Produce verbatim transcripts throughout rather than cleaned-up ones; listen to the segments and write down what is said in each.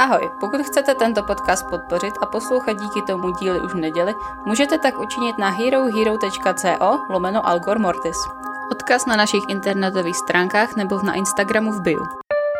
Ahoj, pokud chcete tento podcast podpořit a poslouchat díky tomu díly už v neděli, můžete tak učinit na herohero.co lomeno Algor Mortis. Odkaz na našich internetových stránkách nebo na Instagramu v bio.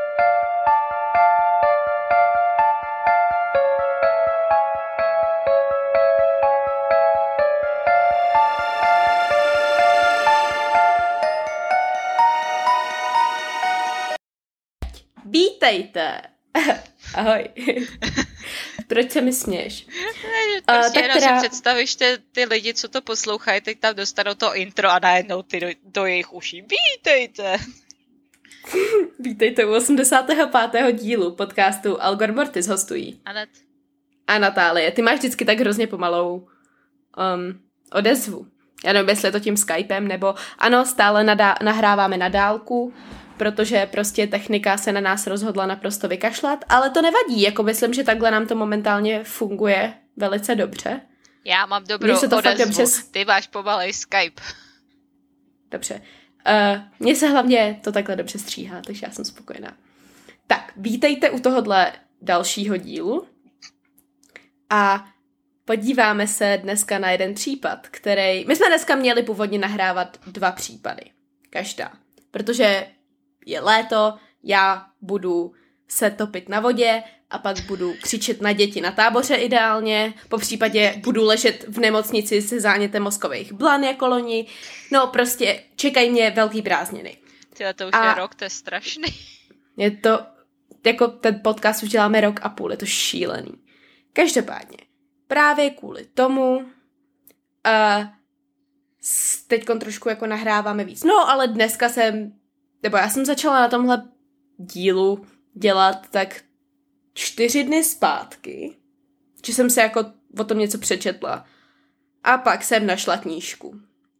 Vítejte! Ahoj. Proč se mi směješ? Ne, prostě uh, jenom teda... si představíš ty, ty lidi, co to poslouchají, teď tam dostanou to intro a najednou ty do, do jejich uší. Vítejte! Vítejte u osmdesátého pátého dílu podcastu Algor Mortis hostují Anet a Natálie. Ty máš vždycky tak hrozně pomalou um, odezvu. Já nevím, jestli je to tím Skypem, nebo ano, stále nadá- nahráváme na dálku, protože prostě technika se na nás rozhodla naprosto vykašlat, ale to nevadí, jako myslím, že takhle nám to momentálně funguje velice dobře. Já mám dobrou odezvu, dobře... ty máš pomalej Skype. Dobře. Uh, mně se hlavně to takhle dobře stříhá, takže já jsem spokojená. Tak, vítejte u tohohle dalšího dílu a podíváme se dneska na jeden případ, který... My jsme dneska měli původně nahrávat dva případy, každá, protože je léto, já budu se topit na vodě a pak budu křičet na děti na táboře ideálně, po případě budu ležet v nemocnici se zánětem mozkových blan jako loni, no prostě čekají mě velký prázdniny. Tyhle, to už a je rok, to je strašný. Je to, jako ten podcast už děláme rok a půl, je to šílený. Každopádně, právě kvůli tomu uh, teďkon trošku jako nahráváme víc. No, ale dneska jsem nebo já jsem začala na tomhle dílu dělat tak čtyři dny zpátky, že jsem se jako o tom něco přečetla. A pak jsem našla knížku.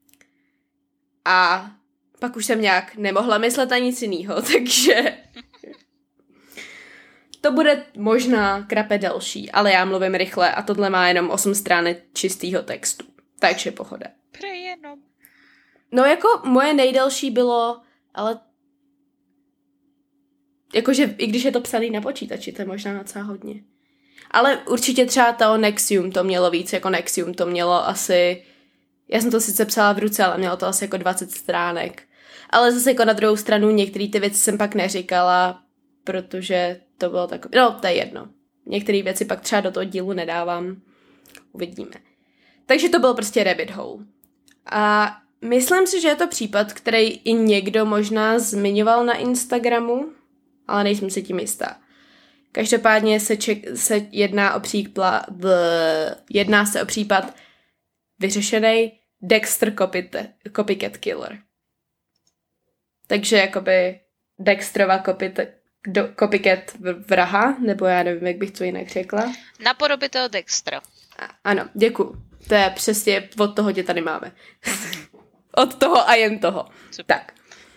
A pak už jsem nějak nemohla myslet na nic jinýho, takže to bude možná krape delší, ale já mluvím rychle a tohle má jenom osm stránek čistýho textu. Takže pohoda. Prejenom. No jako moje nejdelší bylo, ale jakože i když je to psaný na počítači, to je možná docela hodně. Ale určitě třeba to Nexium to mělo víc, jako Nexium to mělo asi, já jsem to sice psala v ruce, ale mělo to asi jako dvacet stránek. Ale zase jako na druhou stranu některé ty věci jsem pak neříkala, protože to bylo takové, no to je jedno. Některé věci pak třeba do toho dílu nedávám, uvidíme. Takže to byl prostě rabbit hole. A myslím si, že je to případ, který i někdo možná zmiňoval na Instagramu, ale nejsem si tím jistá. Každopádně se, ček, se jedná o příklad, jedná se o případ vyřešený Dexter Copyte, Copycat Killer. Takže jakoby Dexterova copyte, do, copycat vraha, nebo já nevím, jak bych to jinak řekla. Napodobitel Dextera. Ano, děkuju. To je přesně od toho, tě tady máme. Od toho a jen toho. Super. Tak.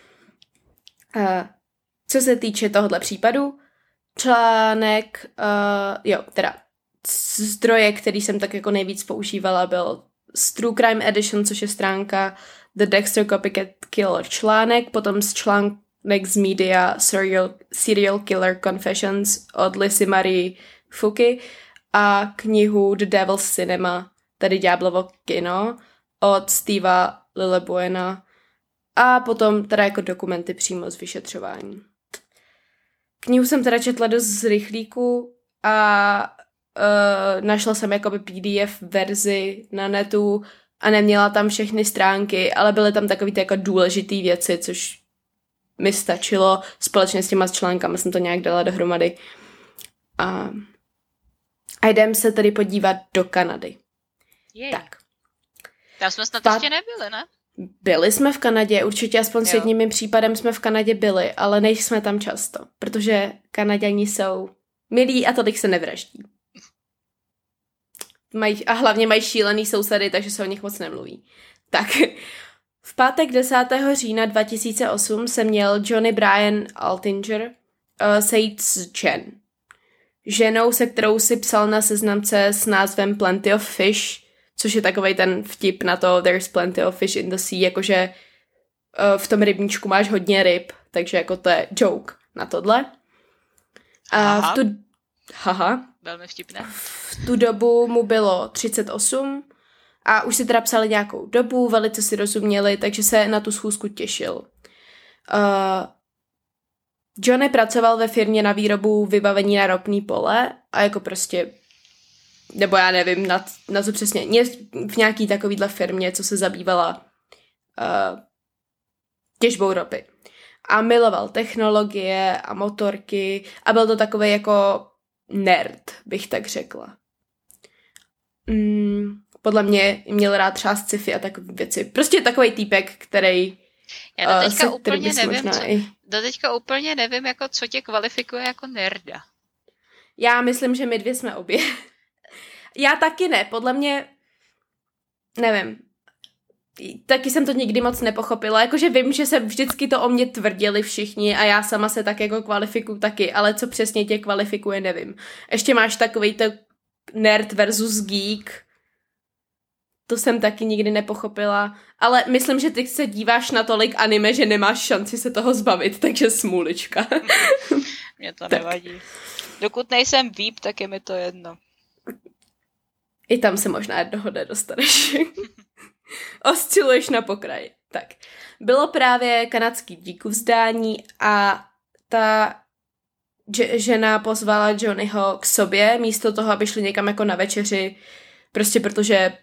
Uh, Co se týče tohohle případu, článek, uh, jo, teda zdroje, který jsem tak jako nejvíc používala, byl z True Crime Edition, což je stránka The Dexter Copycat Killer článek, potom z článek z Media Serial, Serial Killer Confessions od Lizzie Marie Fuky a knihu The Devil's Cinema, tedy Ďáblovo kino, od Steva Lillebuena a potom teda jako dokumenty přímo z vyšetřování. Knihu jsem teda četla dost z rychlíku a uh, našla jsem jakoby P D F verzi na netu a neměla tam všechny stránky, ale byly tam takový ty jako důležitý věci, což mi stačilo společně s těma článkama, jsem to nějak dala dohromady. A, a jdem se tedy podívat do Kanady. Jej. Tak. Tam jsme snad Ta... ještě nebyli, ne? Byli jsme v Kanadě, určitě aspoň s jedním mým případem jsme v Kanadě byli, ale nejsme tam často, protože Kanaďani jsou milí a tolik se nevraždí. Mají, a hlavně mají šílený sousedy, takže se o nich moc nemluví. Tak, v pátek desátého října dva tisíce osm se měl Johnny Brian Altinger uh, sejít s Jen, ženou, se kterou si psal na seznamce s názvem Plenty of Fish, což je takovej ten vtip na to There's plenty of fish in the sea, jakože uh, v tom rybníčku máš hodně ryb, takže jako to je joke na tohle. A v tu, Haha. Velmi vtipné. V tu dobu mu bylo třicet osm a už si teda psali nějakou dobu, velice si rozuměli, takže se na tu schůzku těšil. Uh, Johnny pracoval ve firmě na výrobu vybavení na ropný pole a jako prostě, nebo já nevím, na, na co přesně, v nějaký takovýhle firmě, co se zabývala uh, těžbou ropy. A miloval technologie a motorky a byl to takový jako nerd, bych tak řekla. Mm, podle mě měl rád třeba sci-fi a takové věci. Prostě takový týpek, který Já do teďka uh, úplně nevím, co, i... do teďka úplně nevím, jako co tě kvalifikuje jako nerda. Já myslím, že my dvě jsme obě. Já taky ne, podle mě, nevím, taky jsem to nikdy moc nepochopila, jakože vím, že se vždycky to o mě tvrdili všichni a já sama se tak jako kvalifikuju taky, ale co přesně tě kvalifikuje, nevím. Ještě máš takovej to nerd versus geek, to jsem taky nikdy nepochopila, ale myslím, že ty se díváš na tolik anime, že nemáš šanci se toho zbavit, takže smůlička. Mně to nevadí. Dokud nejsem víp, tak je mi to jedno. I tam se možná jednoho nedostaneš. Osciluješ na pokraji. Tak. Bylo právě kanadský díkovzdání a ta dž- žena pozvala Johnnyho k sobě, místo toho, aby šli někam jako na večeři, prostě protože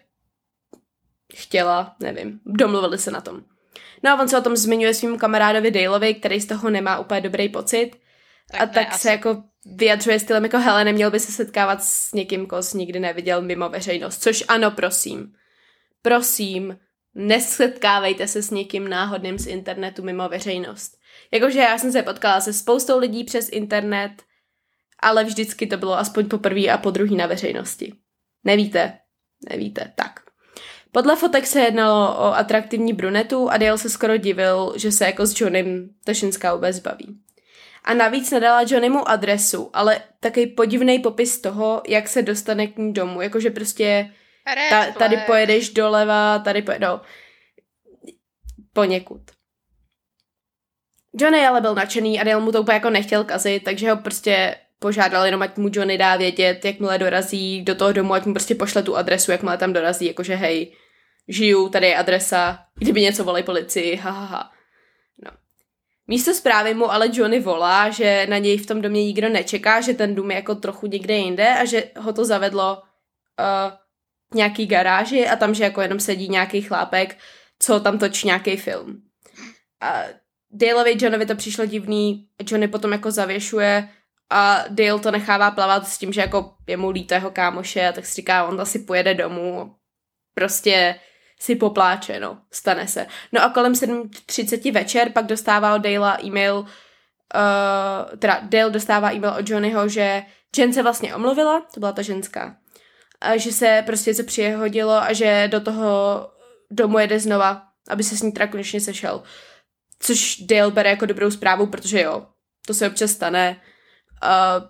chtěla, nevím, domluvili se na tom. No a on se o tom zmiňuje svým kamarádovi Daleovi, který z toho nemá úplně dobrý pocit. Tak a ne, tak asi. Se jako vyjadřuje stylem jako hele, neměl by se setkávat s někým, koho jsi nikdy neviděl mimo veřejnost. Což ano, prosím. Prosím, nesetkávejte se s někým náhodným z internetu mimo veřejnost. Jakože já jsem se potkala se spoustou lidí přes internet, ale vždycky to bylo aspoň po první a po druhý na veřejnosti. Nevíte? Nevíte. Tak. Podle fotek se jednalo o atraktivní brunetu a Dale se skoro divil, že se jako s Johnnym ta ženská vůbec baví. A navíc nedala Johnnymu adresu, ale takový podivný popis toho, jak se dostane k ní domů. Jakože prostě ta, tady pojedeš doleva, tady pojedeš no, poněkud. Johnny ale byl nadšený a Dale mu to úplně jako nechtěl kazit, takže ho prostě požádal jenom, ať mu Johnny dá vědět, jakmile dorazí do toho domu, ať mu prostě pošle tu adresu, jakmile tam dorazí, jakože hej, žiju, tady je adresa, kdyby něco volej policii, hahaha. Ha, ha. No. Místo zprávy mu ale Johnny volá, že na něj v tom domě nikdo nečeká, že ten dům je jako trochu někde jinde a že ho to zavedlo uh, v nějaký garáži a tam, že jako jenom sedí nějaký chlápek, co tam točí nějaký film. A Daleovi Johnovi to přišlo divný, Johnny potom jako zavěšuje a Dale to nechává plavat s tím, že jako je mu líto jeho kámoše a tak si říká, on asi pojede domů, prostě si popláče, no, stane se. No a kolem sedm třicet večer pak dostává od Dalea e-mail, uh, teda Dale dostává e-mail od Johnnyho, že Jen se vlastně omluvila, to byla ta ženská, a že se prostě co přihodilo a že do toho domu jede znova, aby se s ní teda konečně sešel. Což Dale bere jako dobrou zprávu, protože jo, to se občas stane. Uh,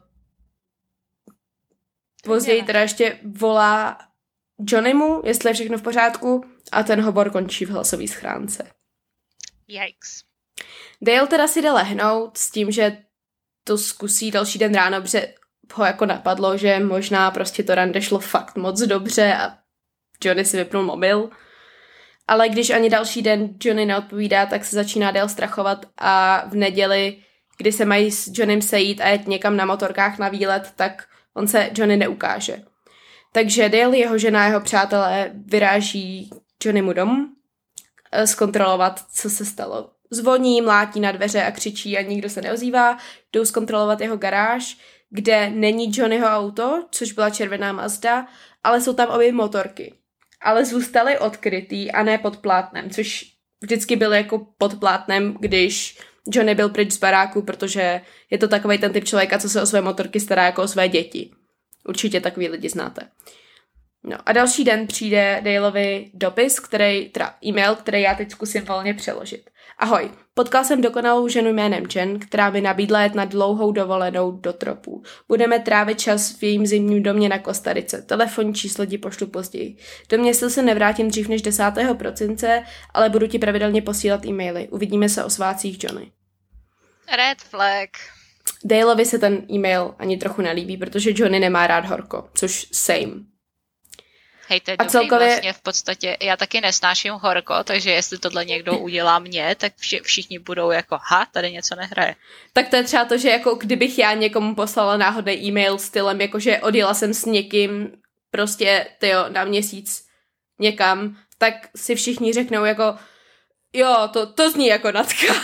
později teda ještě volá Johnnymu, jestli je všechno v pořádku a ten hovor končí v hlasové schránce. Yikes. Dale teda si jde lehnout s tím, že to zkusí další den ráno, protože ho jako napadlo, že možná prostě to rande šlo fakt moc dobře a Johnny si vypnul mobil. Ale když ani další den Johnny neodpovídá, tak se začíná Dale strachovat a v neděli, kdy se mají s Johnnym sejít a jet někam na motorkách na výlet, tak on se Johnny neukáže. Takže Dale, jeho žena a jeho přátelé vyráží Johnnymu domů zkontrolovat, co se stalo. Zvoní, mlátí na dveře a křičí a nikdo se neozývá. Jdou zkontrolovat jeho garáž, kde není Johnnyho auto, což byla červená Mazda, ale jsou tam obě motorky. Ale zůstaly odkrytý a ne pod plátnem, což vždycky byl jako pod plátnem, když Johnny byl pryč z baráku, protože je to takovej ten typ člověka, co se o své motorky stará jako o své děti. Určitě takový lidi znáte. No a další den přijde Daleovi dopis, který, teda e-mail, který já teď zkusím volně přeložit. Ahoj, potkal jsem dokonalou ženu jménem Jen, která mi nabídla jet na dlouhou dovolenou do tropů. Budeme trávit čas v jejím zimním domě na Kostarice. Telefonní číslo ti pošlu později. Do města se nevrátím dřív než desátého prosince, ale budu ti pravidelně posílat e-maily. Uvidíme se o svácích, Johnny. Red flag. Daleovi se ten e-mail ani trochu nelíbí, protože Johnny nemá rád horko, což same. Hej, to je dobrý celkově... vlastně v podstatě, já taky nesnáším horko, takže jestli tohle někdo udělá mě, tak vši, všichni budou jako, ha, tady něco nehraje. Tak to je třeba to, že jako kdybych já někomu poslala náhodný e-mail stylem, jakože odjela jsem s někým prostě, tyjo, na měsíc někam, tak si všichni řeknou jako, jo, to, to zní jako Natka.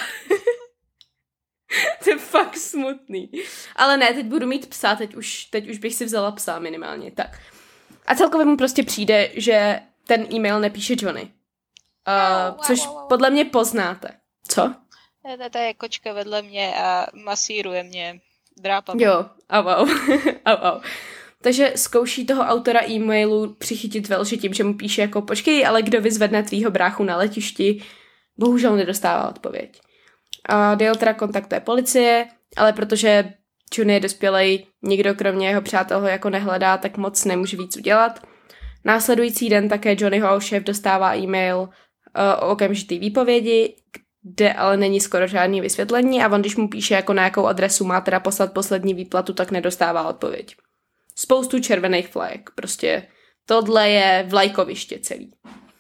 To je fakt smutný. Ale ne, teď budu mít psa, teď už, teď už bych si vzala psa minimálně, tak. A celkově mu prostě přijde, že ten e-mail nepíše Johnny. Uh, wow, což wow, wow. podle mě poznáte. Co? To je kočka vedle mě a masíruje mě. Drápa. Jo, au, au. au, au. Takže zkouší toho autora e-mailu přichytit ve lži tím, že mu píše jako počkej, ale kdo vyzvedne tvýho bráchu na letišti? Bohužel nedostává odpověď. A Dale teda kontaktuje policie, ale protože Johnny je dospělej, nikdo kromě jeho přátel ho jako nehledá, tak moc nemůže víc udělat. Následující den také Johnnyho šéf dostává e-mail uh, o okamžitý výpovědi, kde ale není skoro žádný vysvětlení a on, když mu píše, jako na jakou adresu má teda poslat poslední výplatu, tak nedostává odpověď. Spoustu červených flek, prostě tohle je vlajkoviště celý.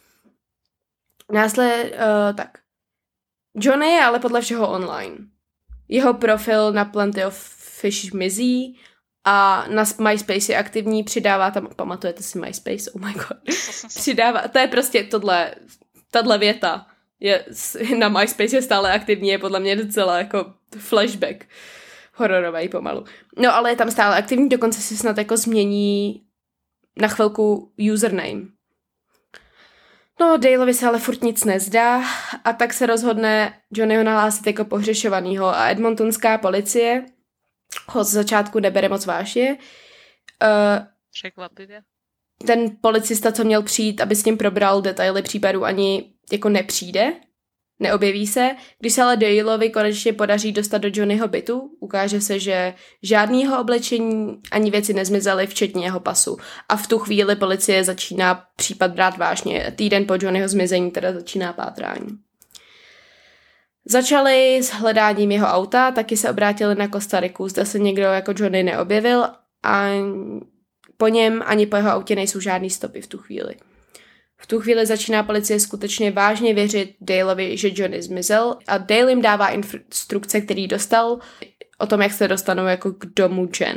Následuje, uh, tak. Johnny je ale podle všeho online. Jeho profil na Plenty of Fish mizí a na MySpace je aktivní, přidává tam, pamatujete si MySpace? Oh my god. Přidává, to je prostě tohle, tahle věta. Je, na MySpace je stále aktivní, je podle mě docela jako flashback. Hororový pomalu. No ale je tam stále aktivní, dokonce si snad jako změní na chvilku username. No, Daleovi se ale furt nic nezdá a tak se rozhodne Johnnyho nahlásit jako pohřešovanýho a edmontonská policie ho z začátku nebere moc vážně. Uh, Překvapivě. Ten policista, co měl přijít, aby s ním probral detaily případu, ani jako nepřijde, neobjeví se. Když se ale Daleovi konečně podaří dostat do Johnnyho bytu, ukáže se, že žádný jeho oblečení ani věci nezmizely, včetně jeho pasu. A v tu chvíli policie začíná případ brát vážně. Týden po Johnnyho zmizení teda začíná pátrání. Začali s hledáním jeho auta, taky se obrátili na Kostariku. Zde se někdo jako Johnny neobjevil a po něm ani po jeho autě nejsou žádný stopy v tu chvíli. V tu chvíli začíná policie skutečně vážně věřit Daleovi, že Johnny zmizel a Dale jim dává instrukce, který dostal o tom, jak se dostanou jako k domu Jen.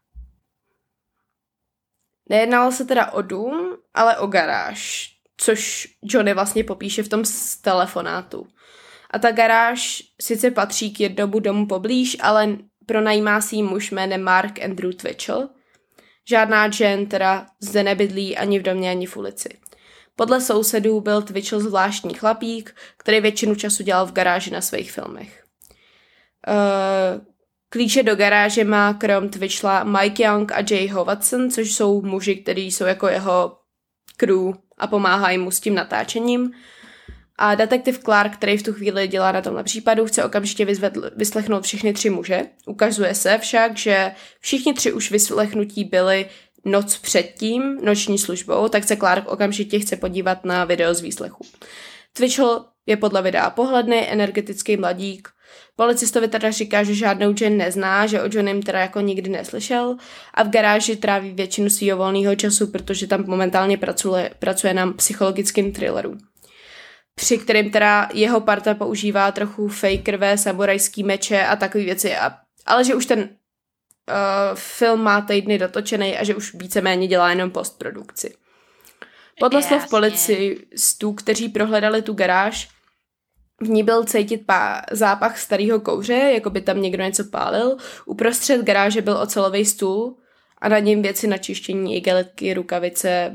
Nejednalo se teda o dům, ale o garáž, což Johnny vlastně popíše v tom telefonátu. A ta garáž sice patří k jednomu domu poblíž, ale pronajímá si ji muž jménem Mark Andrew Twitchell. Žádná Jen teda zde nebydlí ani v domě, ani v ulici. Podle sousedů byl Twitchell zvláštní chlapík, který většinu času dělal v garáži na svých filmech. Uh, klíče do garáže má krom Twitchella Mike Young a Jay Howatson, což jsou muži, kteří jsou jako jeho crew a pomáhají mu s tím natáčením. A detektiv Clark, který v tu chvíli dělá na tomhle případu, chce okamžitě vyzvedl, vyslechnout všechny tři muže. Ukazuje se však, že všichni tři už vyslechnutí byli noc předtím, noční službou, tak se Clark okamžitě chce podívat na video z výslechu. Twitchell je podle videa pohledný, energetický mladík. Policistovi teda říká, že žádnou Jen nezná, že o Johnným teda jako nikdy neslyšel a v garáži tráví většinu svého volného času, protože tam momentálně pracuje, pracuje na psychologickém thrilleru, při kterém teda jeho parta používá trochu fake krve, samurajský meče a takové věci, a, ale že už ten Uh, film má týdny dotočený a že už víceméně dělá jenom postprodukci. Podle slov policistů, kteří prohledali tu garáž, v ní byl cítit pá- zápach starého kouře, jako by tam někdo něco pálil. Uprostřed garáže byl ocelový stůl a na něm věci na čištění, igelitky, rukavice.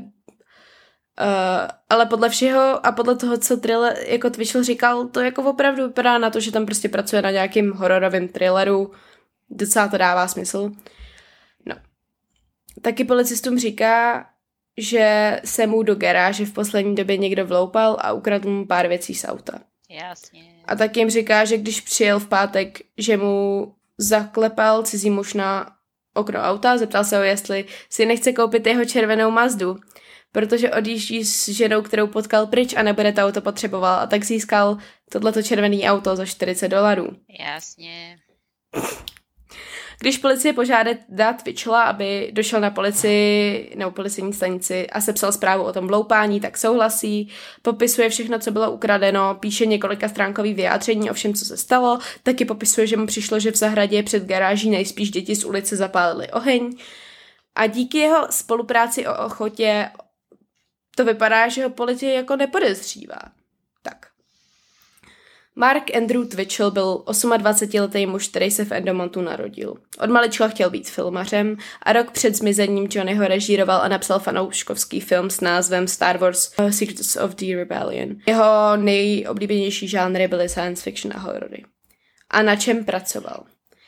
Uh, ale podle všeho a podle toho, co thriller, jako Twitchell říkal, to jako opravdu vypadá na to, že tam prostě pracuje na nějakým hororovém thrilleru. Docela to dává smysl. No. Taky policistům říká, že se mu do garáže v poslední době někdo vloupal a ukradl mu pár věcí z auta. Jasně. A taky jim říká, že když přijel v pátek, že mu zaklepal cizí muž na okno auta, zeptal se ho, jestli si nechce koupit jeho červenou Mazdu, protože odjíždí s ženou, kterou potkal pryč a nebude to auto potřeboval, a tak získal tohleto červené auto za čtyřicet dolarů. Jasně. Když policie požádá Twitchella, aby došel na policii nebo policejní stanici a sepsal zprávu o tom vloupání, tak souhlasí, popisuje všechno, co bylo ukradeno, píše několika stránkový vyjádření o všem, co se stalo, taky popisuje, že mu přišlo, že v zahradě před garáží nejspíš děti z ulice zapálili oheň. A díky jeho spolupráci o ochotě to vypadá, že ho policie jako nepodezřívá. Tak. Mark Andrew Twitchell byl dvacetiosmiletý muž, který se v Endomontu narodil. Od malička chtěl být filmařem a rok před zmizením Johnnyho režíroval a napsal fanouškovský film s názvem Star Wars Secrets of the Rebellion. Jeho nejoblíbenější žánry byly science fiction a horory. A na čem pracoval?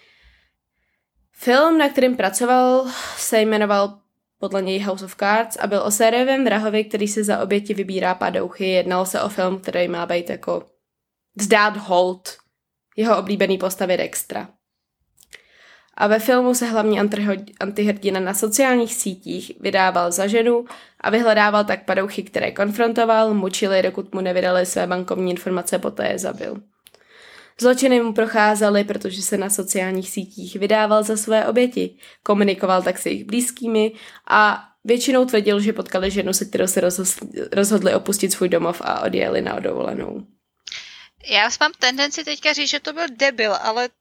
Film, na kterém pracoval, se jmenoval podle něj House of Cards a byl o sériovém vrahovi, který si za oběti vybírá padouchy. Jednalo se o film, který má být jako vzdát hold jeho oblíbený postavě Dextra. A ve filmu se hlavní antihrdina na sociálních sítích vydával za ženu a vyhledával tak padouchy, které konfrontoval, mučili, dokud mu nevydali své bankovní informace, poté je zabil. Zločiny mu procházely, protože se na sociálních sítích vydával za své oběti, komunikoval tak s jejich blízkými a většinou tvrdil, že potkali ženu, se kterou se rozhodli opustit svůj domov a odjeli na dovolenou. Já mám tendenci teďka říct, že to byl debil, ale...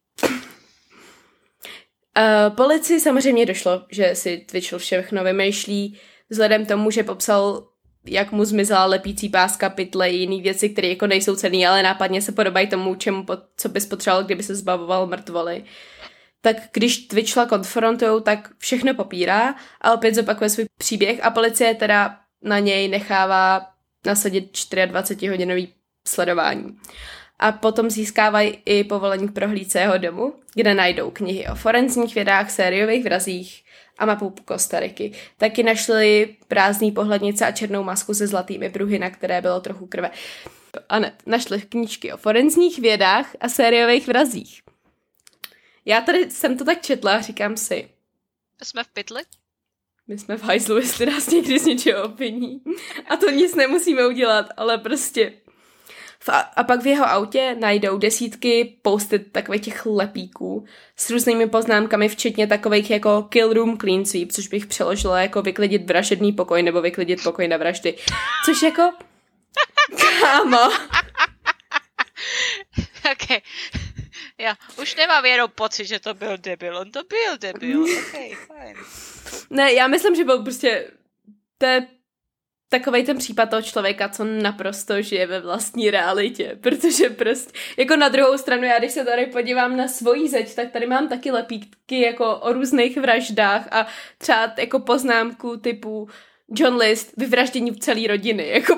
Uh, policii samozřejmě došlo, že si Twitchell všechno vymýšlí, vzhledem tomu, že popsal, jak mu zmizela lepící páska, pytle, jiný věci, které jako nejsou cenný, ale nápadně se podobají tomu, čemu, co bys potřeboval, kdyby se zbavoval mrtvoly. Tak když Twitchella konfrontujou, tak všechno popírá a opět zopakuje svůj příběh a policie teda na něj nechává nasadit dvacetičtyřhodinový sledování. A potom získávají i povolení k prohlídce jeho domu, kde najdou knihy o forenzních vědách, sériových vrazích a mapu Kostariky. Taky našli prázdný pohlednice a černou masku se zlatými pruhy, na které bylo trochu krve. A ne, našli knížky o forenzních vědách a sériových vrazích. Já tady jsem to tak četla a říkám si. Jsme v pytli? My jsme v hajzlu, jestli nás někdy z něčeho obviní. A to nic nemusíme udělat, ale prostě... A pak v jeho autě najdou desítky post-it takových těch lepíků s různými poznámkami, včetně takových jako kill room clean sweep, což bych přeložila jako vyklidit vražedný pokoj nebo vyklidit pokoj na vraždy. Což jako... Kámo. Ok. Já už nemám jenom pocit, že to byl debil. On to byl debil. Ok, fajn. Ne, já myslím, že byl prostě... To je takovej ten případ toho člověka, co naprosto žije ve vlastní realitě, protože prostě, jako na druhou stranu, já když se tady podívám na svoji zeď, tak tady mám taky lepítky jako o různých vraždách a třeba jako poznámku typu John List, vyvraždění celé rodiny, jako...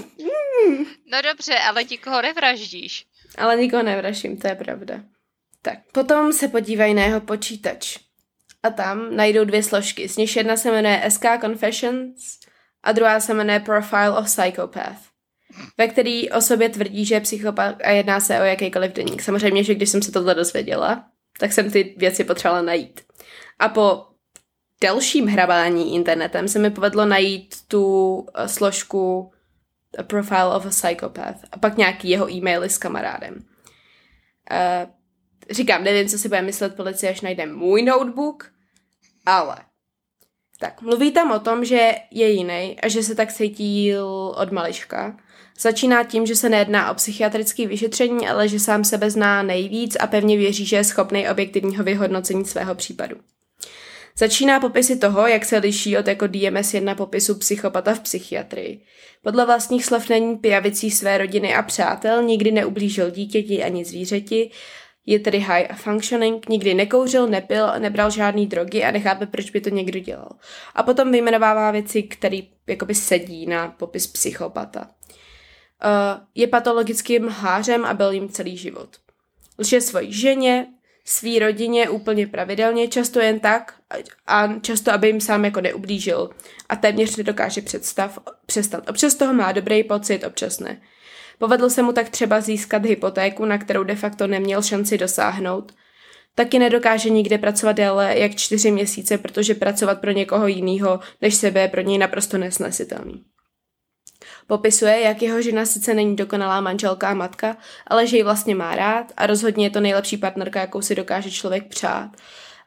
No dobře, ale nikoho nevraždíš. Ale nikoho nevraždím, to je pravda. Tak, potom se podívají na jeho počítač a tam najdou dvě složky, z nich jedna se jmenuje S K Confessions a druhá se jmenuje Profile of Psychopath, ve který o sobě tvrdí, že je psychopat a jedná se o jakýkoliv deník. Samozřejmě, že když jsem se tohle dozvěděla, tak jsem ty věci potřebovala najít. A po delším hrabání internetem se mi povedlo najít tu složku Profile of a Psychopath a pak nějaký jeho e-maily s kamarádem. Uh, říkám, nevím, co si bude myslet policie, až najde můj notebook, ale... Tak, mluví tam o tom, že je jiný a že se tak cítil od malička. Začíná tím, že se nejedná o psychiatrické vyšetření, ale že sám sebe zná nejvíc a pevně věří, že je schopný objektivního vyhodnocení svého případu. Začíná popisy toho, jak se liší od jako D M S jedna popisu psychopata v psychiatrii. Podle vlastních slov není pijavicí své rodiny a přátel, nikdy neublížil dítěti ani zvířeti, je tedy high a functioning, nikdy nekouřil, nepil, nebral žádný drogy a nechápe, proč by to někdo dělal. A potom vyjmenovává věci, které jakoby sedí na popis psychopata. Uh, je patologickým lhářem a byl jim celý život. Lže svojí ženě, svý rodině úplně pravidelně, často jen tak a často, aby jim sám jako neublížil. A téměř nedokáže představ, přestat. Občas toho má dobrý pocit, občas ne. Povedlo se mu tak třeba získat hypotéku, na kterou de facto neměl šanci dosáhnout. Taky nedokáže nikde pracovat déle jak čtyři měsíce, protože pracovat pro někoho jiného než sebe je pro něj naprosto nesnesitelný. Popisuje, jak jeho žena sice není dokonalá manželka a matka, ale že ji vlastně má rád a rozhodně je to nejlepší partnerka, jakou si dokáže člověk přát.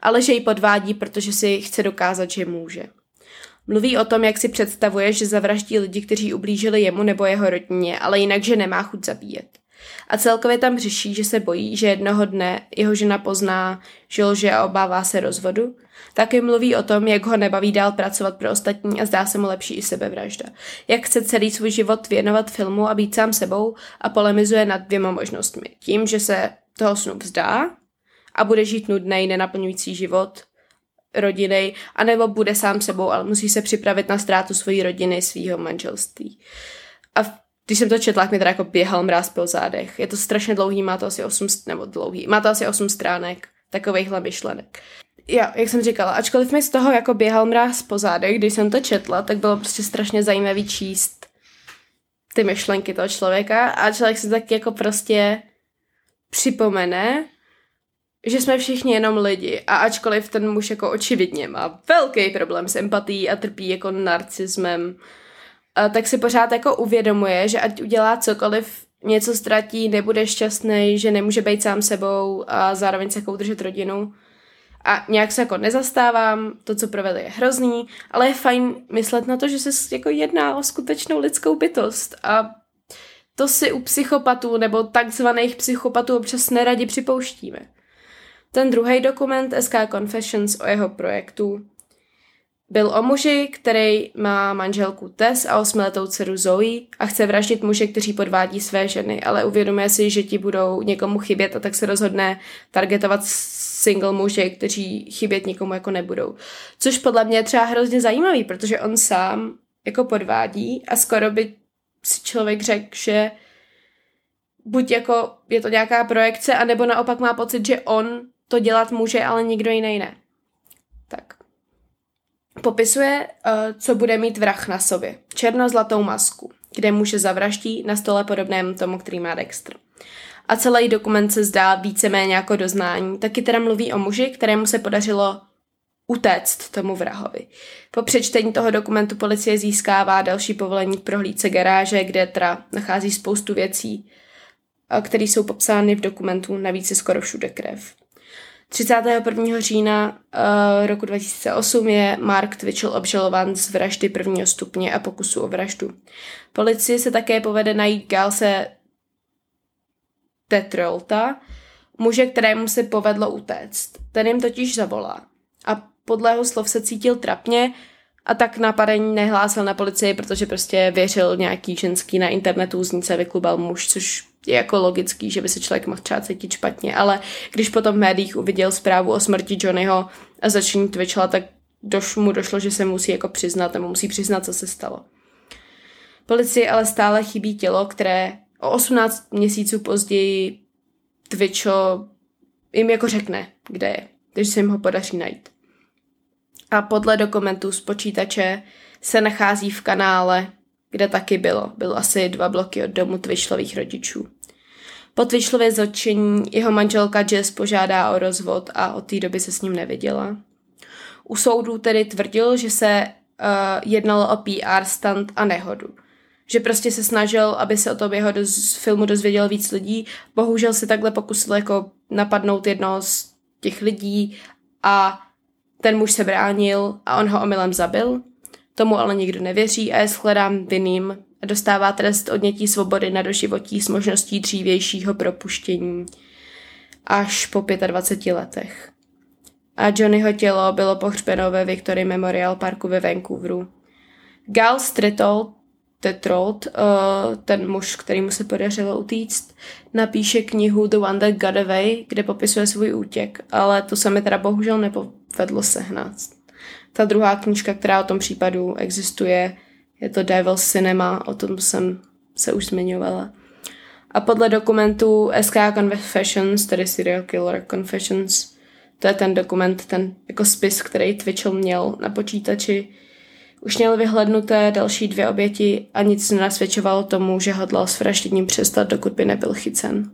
ale že ji podvádí, protože si chce dokázat, že může. Mluví o tom, jak si představuje, že zavraždí lidi, kteří ublížili jemu nebo jeho rodině, ale jinak, že nemá chuť zabíjet. A celkově tam řeší, že se bojí, že jednoho dne jeho žena pozná, že lže a obává se rozvodu. Taky mluví o tom, jak ho nebaví dál pracovat pro ostatní a zdá se mu lepší i sebevražda. Jak chce celý svůj život věnovat filmu a být sám sebou a polemizuje nad dvěma možnostmi. Tím, že se toho snu vzdá a bude žít nudnej, nenaplňující život, rodiny, anebo bude sám sebou, ale musí se připravit na ztrátu svojí rodiny, svýho manželství. A když jsem to četla, tak mi teda jako běhal mráz po zádech. Je to strašně dlouhý, má to asi osm, nebo dlouhý, má to asi osm stránek takovejhle myšlenek. Jo, jak jsem říkala, ačkoliv mi z toho jako běhal mráz po zádech, když jsem to četla, tak bylo prostě strašně zajímavý číst ty myšlenky toho člověka a člověk se tak jako prostě připomene, že jsme všichni jenom lidi a ačkoliv ten muž jako očividně má velký problém s empatií a trpí jako narcismem, a tak si pořád jako uvědomuje, že ať udělá cokoliv, něco ztratí, nebude šťastný, že nemůže být sám sebou a zároveň se jako udržet rodinu. A nějak se jako nezastávám, to, co provedl, je hrozný, ale je fajn myslet na to, že se jako jedná o skutečnou lidskou bytost a to si u psychopatů nebo takzvaných psychopatů občas neradi připouštíme. Ten druhý dokument S K Confessions o jeho projektu byl o muži, který má manželku Tess a osmiletou dceru Zoe a chce vraždit muže, kteří podvádí své ženy, ale uvědomuje si, že ti budou někomu chybět a tak se rozhodne targetovat single muže, kteří chybět nikomu jako nebudou. Což podle mě je třeba hrozně zajímavý, protože on sám jako podvádí a skoro by si člověk řekl, že buď jako je to nějaká projekce, anebo naopak má pocit, že on to dělat může, ale nikdo jiný ne. Tak. Popisuje, co bude mít vrah na sobě. Černozlatou masku, kde muže zavraždí na stole podobném tomu, který má Dexter. A celý dokument se zdá víceméně jako doznání. Taky teda mluví o muži, kterému se podařilo utéct tomu vrahovi. Po přečtení toho dokumentu policie získává další povolení k prohlídce garáže, kde teda nachází spoustu věcí, které jsou popsány v dokumentu, navíc je skoro všude krev. třicátého prvního října uh, roku dva tisíce osm je Mark Twitchell obžalován z vraždy prvního stupně a pokusu o vraždu. Policii se také povede najít Gilese Tetrolta, muže, kterému se povedlo utéct. Ten jim totiž zavolá. A podle jeho slov se cítil trapně a tak napadení nehlásil na policii, protože prostě věřil nějaký ženský na internetu, z ní se vyklubal muž, což je jako logický, že by se člověk mohl třeba cítit špatně, ale když potom v médiích uviděl zprávu o smrti Johnnyho a začení Twitchella, tak doš, mu došlo, že se musí jako přiznat, nebo musí přiznat, co se stalo. Policii ale stále chybí tělo, které o osmnáct měsíců později Twitchell jim jako řekne, kde je, takže se jim ho podaří najít. A podle dokumentů z počítače se nachází v kanále, kde taky bylo. Bylo asi dva bloky od domu Twitchellových rodičů. Po Twitchellově zatčení jeho manželka Jess požádá o rozvod a od té doby se s ním neviděla. U soudu tedy tvrdil, že se uh, jednalo o P R stunt a nehodu. Že prostě se snažil, aby se o tom jeho doz, filmu dozvědělo víc lidí. Bohužel se takhle pokusil jako napadnout jednoho z těch lidí a ten muž se bránil a on ho omylem zabil. Tomu ale nikdo nevěří a je shledán vinným a dostává trest odnětí svobody na doživotí s možností dřívějšího propuštění až po dvaceti pěti letech. A Johnnyho tělo bylo pohřbeno ve Victory Memorial Parku ve Vancouveru. Gal Tetrold, ten muž, kterýmu se podařilo utíct, napíše knihu The One That Got Away, kde popisuje svůj útěk, ale to se mi teda bohužel nepovedlo sehnat. Ta druhá knížka, která o tom případu existuje, je to Devil's Cinema, o tom jsem se už zmiňovala. A podle dokumentu S K Confessions, tedy Serial Killer Confessions, to je ten dokument, ten jako spis, který Twitchell měl na počítači, už měl vyhlednuté další dvě oběti a nic nenasvědčovalo tomu, že hodlal s vražděním přestat, dokud by nebyl chycen.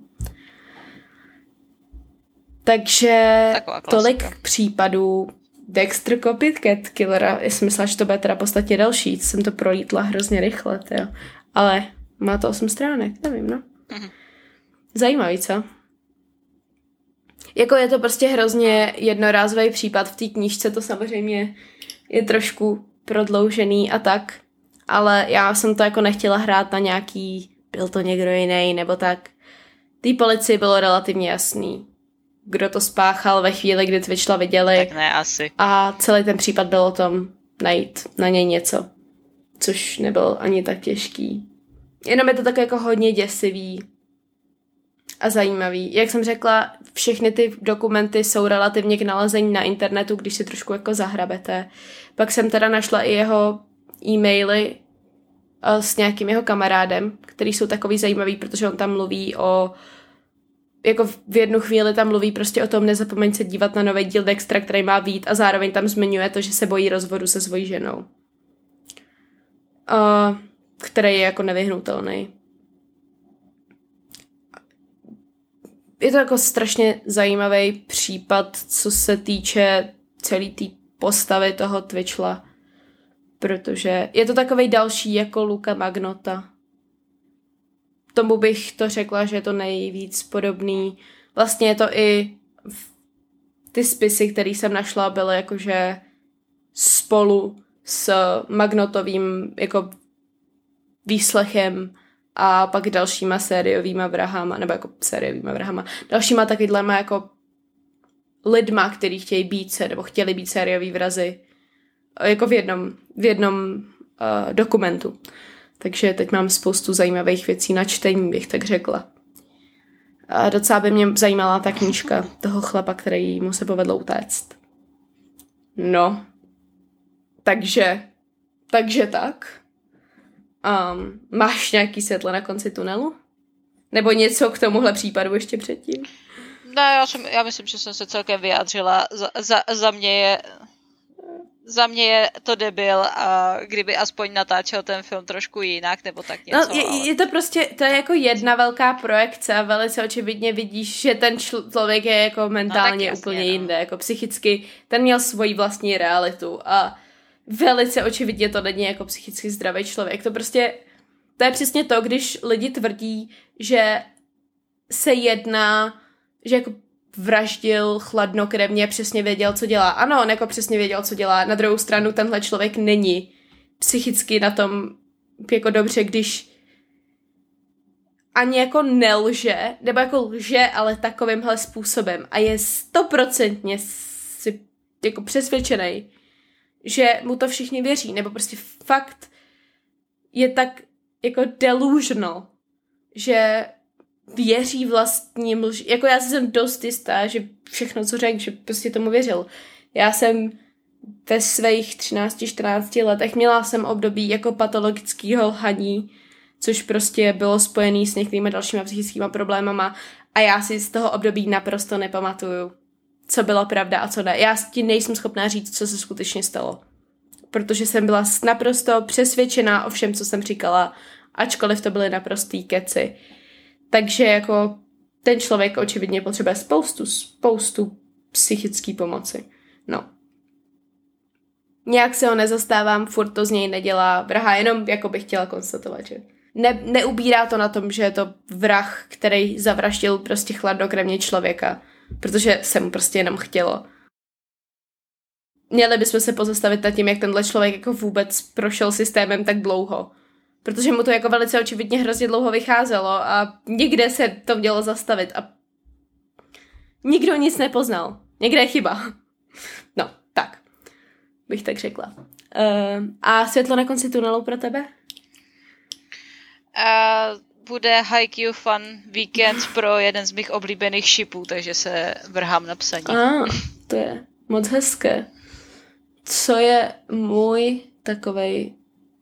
Takže tolik případů Dexter Copycat Killera. Já jsem myslela, že to bude teda podstatě další. Jsem to prolítla hrozně rychle, jo. Ale má to osm stránek, nevím, no. Mhm. Zajímavý, co? Jako je to prostě hrozně jednorázový případ, v té knížce to samozřejmě je trošku prodloužený a tak, ale já jsem to jako nechtěla hrát na nějaký, byl to někdo jiný nebo tak. Té policii bylo relativně jasný, kdo to spáchal ve chvíli, kdy Twitchla viděli. Tak ne, asi. A celý ten případ byl o tom najít na něj něco, což nebylo ani tak těžký. Jenom je to tak jako hodně děsivý a zajímavý. Jak jsem řekla, všechny ty dokumenty jsou relativně k nalezení na internetu, když si trošku jako zahrabete. Pak jsem teda našla i jeho e-maily s nějakým jeho kamarádem, který jsou takový zajímavý, protože on tam mluví o jako v jednu chvíli tam mluví prostě o tom, nezapomeň se dívat na nový díl Dextera, který má být, a zároveň tam zmiňuje to, že se bojí rozvodu se svojí ženou. Uh, který je jako nevyhnutelný. Je to jako strašně zajímavý případ, co se týče celý té postavy toho Twitchla, protože je to takovej další jako Luca Magnota. Tomu bych to řekla, že je to nejvíc podobný. Vlastně je to i ty spisy, které jsem našla, byly jakože spolu s Magnotovým jako výslechem a pak dalšíma sériovýma vrahama, nebo jako sériovýma vrahama, dalšíma takovýhlema jako lidma, který chtějí být se, nebo chtěli být sériový vrazi, jako v jednom, v jednom uh, dokumentu. Takže teď mám spoustu zajímavých věcí na čtení, bych tak řekla. A docela by mě zajímala ta knížka toho chlapa, který mu se povedlo utéct. No. Takže, takže tak. Um, máš nějaký světlo na konci tunelu? Nebo něco k tomuhle případu ještě předtím? No, já, jsem, já myslím, že jsem se celkem vyjádřila. Za, za, za mě je... Za mě je to debil a kdyby aspoň natáčel ten film trošku jinak, nebo tak něco. No, je, ale... je to prostě, to je jako jedna velká projekce a velice očividně vidíš, že ten člověk je jako mentálně no, jasně, úplně no. jinde, jako psychicky, ten měl svoji vlastní realitu a velice očividně to není jako psychicky zdravý člověk. To prostě, to je přesně to, když lidi tvrdí, že se jedná, že jako vraždil chladnokrevně, přesně věděl, co dělá. Ano, on jako přesně věděl, co dělá. Na druhou stranu tenhle člověk není psychicky na tom jako dobře, když ani jako nelže, nebo jako lže, ale takovýmhle způsobem. A je stoprocentně si jako přesvědčený, že mu to všichni věří, nebo prostě fakt je tak jako delusional, že věří vlastním lži. Jako já jsem dost jistá, že všechno, co řekl, že prostě tomu věřil. Já jsem ve svých třinácti čtrnácti letech měla jsem období jako patologického lhaní, což prostě bylo spojené s některými dalšíma psychickými problémama a já si z toho období naprosto nepamatuju, co byla pravda a co ne. Já ti nejsem schopná říct, co se skutečně stalo. Protože jsem byla naprosto přesvědčená o všem, co jsem říkala, ačkoliv to byly naprostý keci. Takže jako ten člověk očividně potřebuje spoustu, spoustu psychické pomoci. No. Nějak se ho nezastávám, furt to z něj nedělá vraha, jenom jako bych chtěla konstatovat, že ne, neubírá to na tom, že je to vrah, který zavraždil prostě chladnokrevně člověka, protože se mu prostě jenom chtělo. Měli bychom se pozastavit nad tím, jak tenhle člověk jako vůbec prošel systémem tak dlouho. Protože mu to jako velice očividně hrozně dlouho vycházelo a někde se to mělo zastavit a nikdo nic nepoznal. Někde je chyba. No, tak. Bych tak řekla. Uh, a světlo na konci tunelu pro tebe? Uh, bude Haikyuu Fun Weekend pro jeden z mých oblíbených shipů, takže se vrhám na psaní. Ah, to je moc hezké. Co je můj takovej...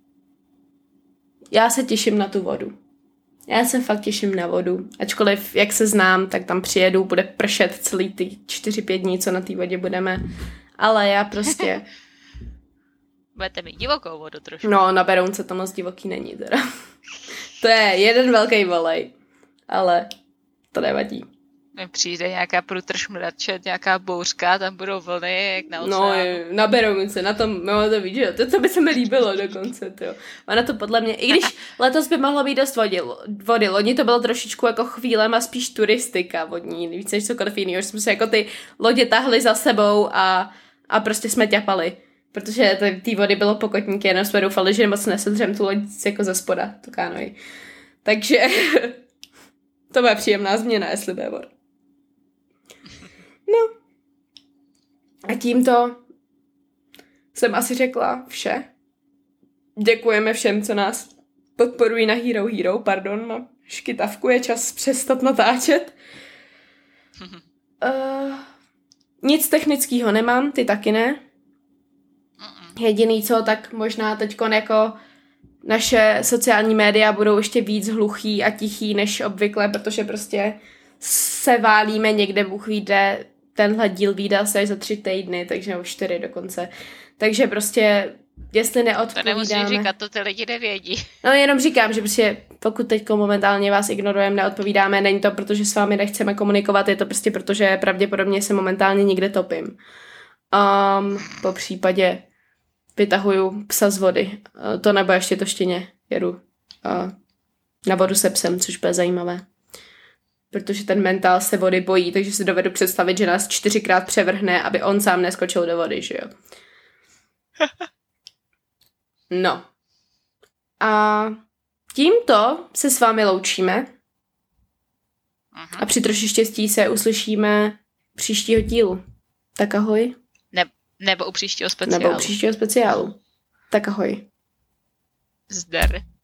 Já se těším na tu vodu. Já se fakt těším na vodu. Ačkoliv, jak se znám, tak tam přijedu, bude pršet celý ty čtyři pět dní, co na té vodě budeme. Ale já prostě... Budete mít divokou vodu trošku. No, na Berounce to moc divoký není teda. To je jeden velký volej. Ale to nevadí. mi přijde nějaká průtrž mračet, nějaká bouřka, tam budou vlny, jak na oceánu. No, naberou se, na tom, no to víš, jo, to, to by se mi líbilo dokonce, jo. A na to podle mě, i když letos by mohlo být dost vody, vody, loni to bylo trošičku jako chvílem a spíš turistika vodní, víc než cokoliv jiného, že jsme se jako ty lodě tahli za sebou a, a prostě jsme ťapali, protože ty vody bylo pokotníky, jenom jsme doufali, že moc nesedřem tu loď jako ze spoda, tu kánoj. Takže to bude příjemná změna, jestli bude vod. No. A tímto jsem asi řekla vše. Děkujeme všem, co nás podporují na Hero Hero. Pardon, mám škytavku, je čas přestat natáčet. Uh, nic technického nemám, ty taky ne. Jediný co, tak možná teďkon jako naše sociální média budou ještě víc hluchý a tichý než obvykle, protože prostě se válíme někde, Bůh ví, kde tenhle díl vyjde asi až za tři týdny, takže už čtyři dokonce. Takže prostě, jestli neodpovídáme... To nemusíš říkat, to ty lidi nevědí. No jenom říkám, že prostě pokud teďko momentálně vás ignorujeme, neodpovídáme, není to, protože s vámi nechceme komunikovat, je to prostě protože pravděpodobně se momentálně někde topím. Um, po případě vytahuju psa z vody. Uh, to nebo ještě to štěně jedu uh, na vodu se psem, což bude zajímavé. Protože ten mentál se vody bojí, takže si dovedu představit, že nás čtyřikrát převrhne, aby on sám neskočil do vody, že jo. No. A tímto se s vámi loučíme. A při troši štěstí se uslyšíme příštího dílu. Tak ahoj. Ne, nebo u příštího speciálu. Nebo u příštího speciálu. Tak ahoj. Zdar.